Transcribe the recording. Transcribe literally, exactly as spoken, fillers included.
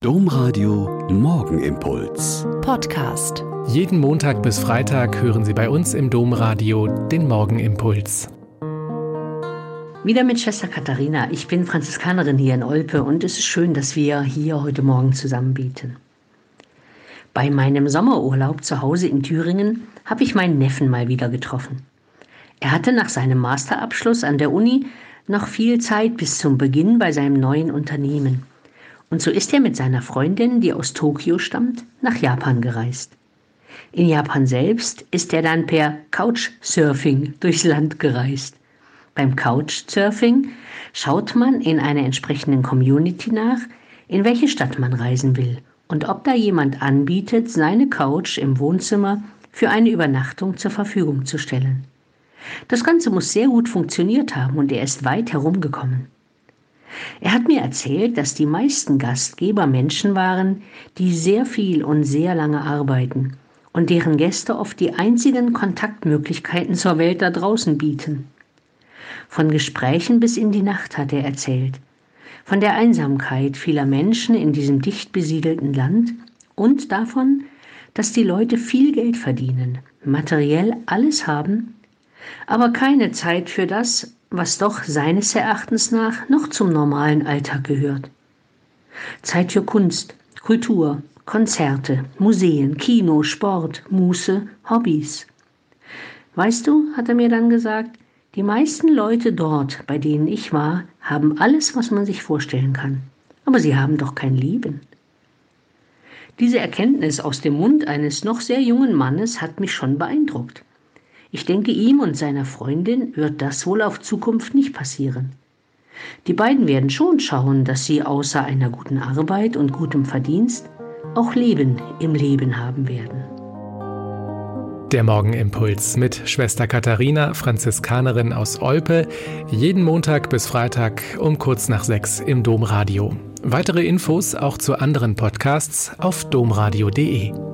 Domradio Morgenimpuls. Podcast. Jeden Montag bis Freitag hören Sie bei uns im Domradio den Morgenimpuls. Wieder mit Schwester Katharina. Ich bin Franziskanerin hier in Olpe und es ist schön, dass wir hier heute Morgen zusammen beten. Bei meinem Sommerurlaub zu Hause in Thüringen habe ich meinen Neffen mal wieder getroffen. Er hatte nach seinem Masterabschluss an der Uni noch viel Zeit bis zum Beginn bei seinem neuen Unternehmen. Und so ist er mit seiner Freundin, die aus Tokio stammt, nach Japan gereist. In Japan selbst ist er dann per Couchsurfing durchs Land gereist. Beim Couchsurfing schaut man in einer entsprechenden Community nach, in welche Stadt man reisen will und ob da jemand anbietet, seine Couch im Wohnzimmer für eine Übernachtung zur Verfügung zu stellen. Das Ganze muss sehr gut funktioniert haben und er ist weit herumgekommen. Er hat mir erzählt, dass die meisten Gastgeber Menschen waren, die sehr viel und sehr lange arbeiten und deren Gäste oft die einzigen Kontaktmöglichkeiten zur Welt da draußen bieten. Von Gesprächen bis in die Nacht hat er erzählt, von der Einsamkeit vieler Menschen in diesem dicht besiedelten Land und davon, dass die Leute viel Geld verdienen, materiell alles haben, aber keine Zeit für das, was doch seines Erachtens nach noch zum normalen Alltag gehört. Zeit für Kunst, Kultur, Konzerte, Museen, Kino, Sport, Muße, Hobbys. Weißt du, hat er mir dann gesagt, die meisten Leute dort, bei denen ich war, haben alles, was man sich vorstellen kann. Aber sie haben doch kein Leben. Diese Erkenntnis aus dem Mund eines noch sehr jungen Mannes hat mich schon beeindruckt. Ich denke, ihm und seiner Freundin wird das wohl auf Zukunft nicht passieren. Die beiden werden schon schauen, dass sie außer einer guten Arbeit und gutem Verdienst auch Leben im Leben haben werden. Der Morgenimpuls mit Schwester Katharina, Franziskanerin aus Olpe, jeden Montag bis Freitag um kurz nach sechs im Domradio. Weitere Infos auch zu anderen Podcasts auf domradio punkt de.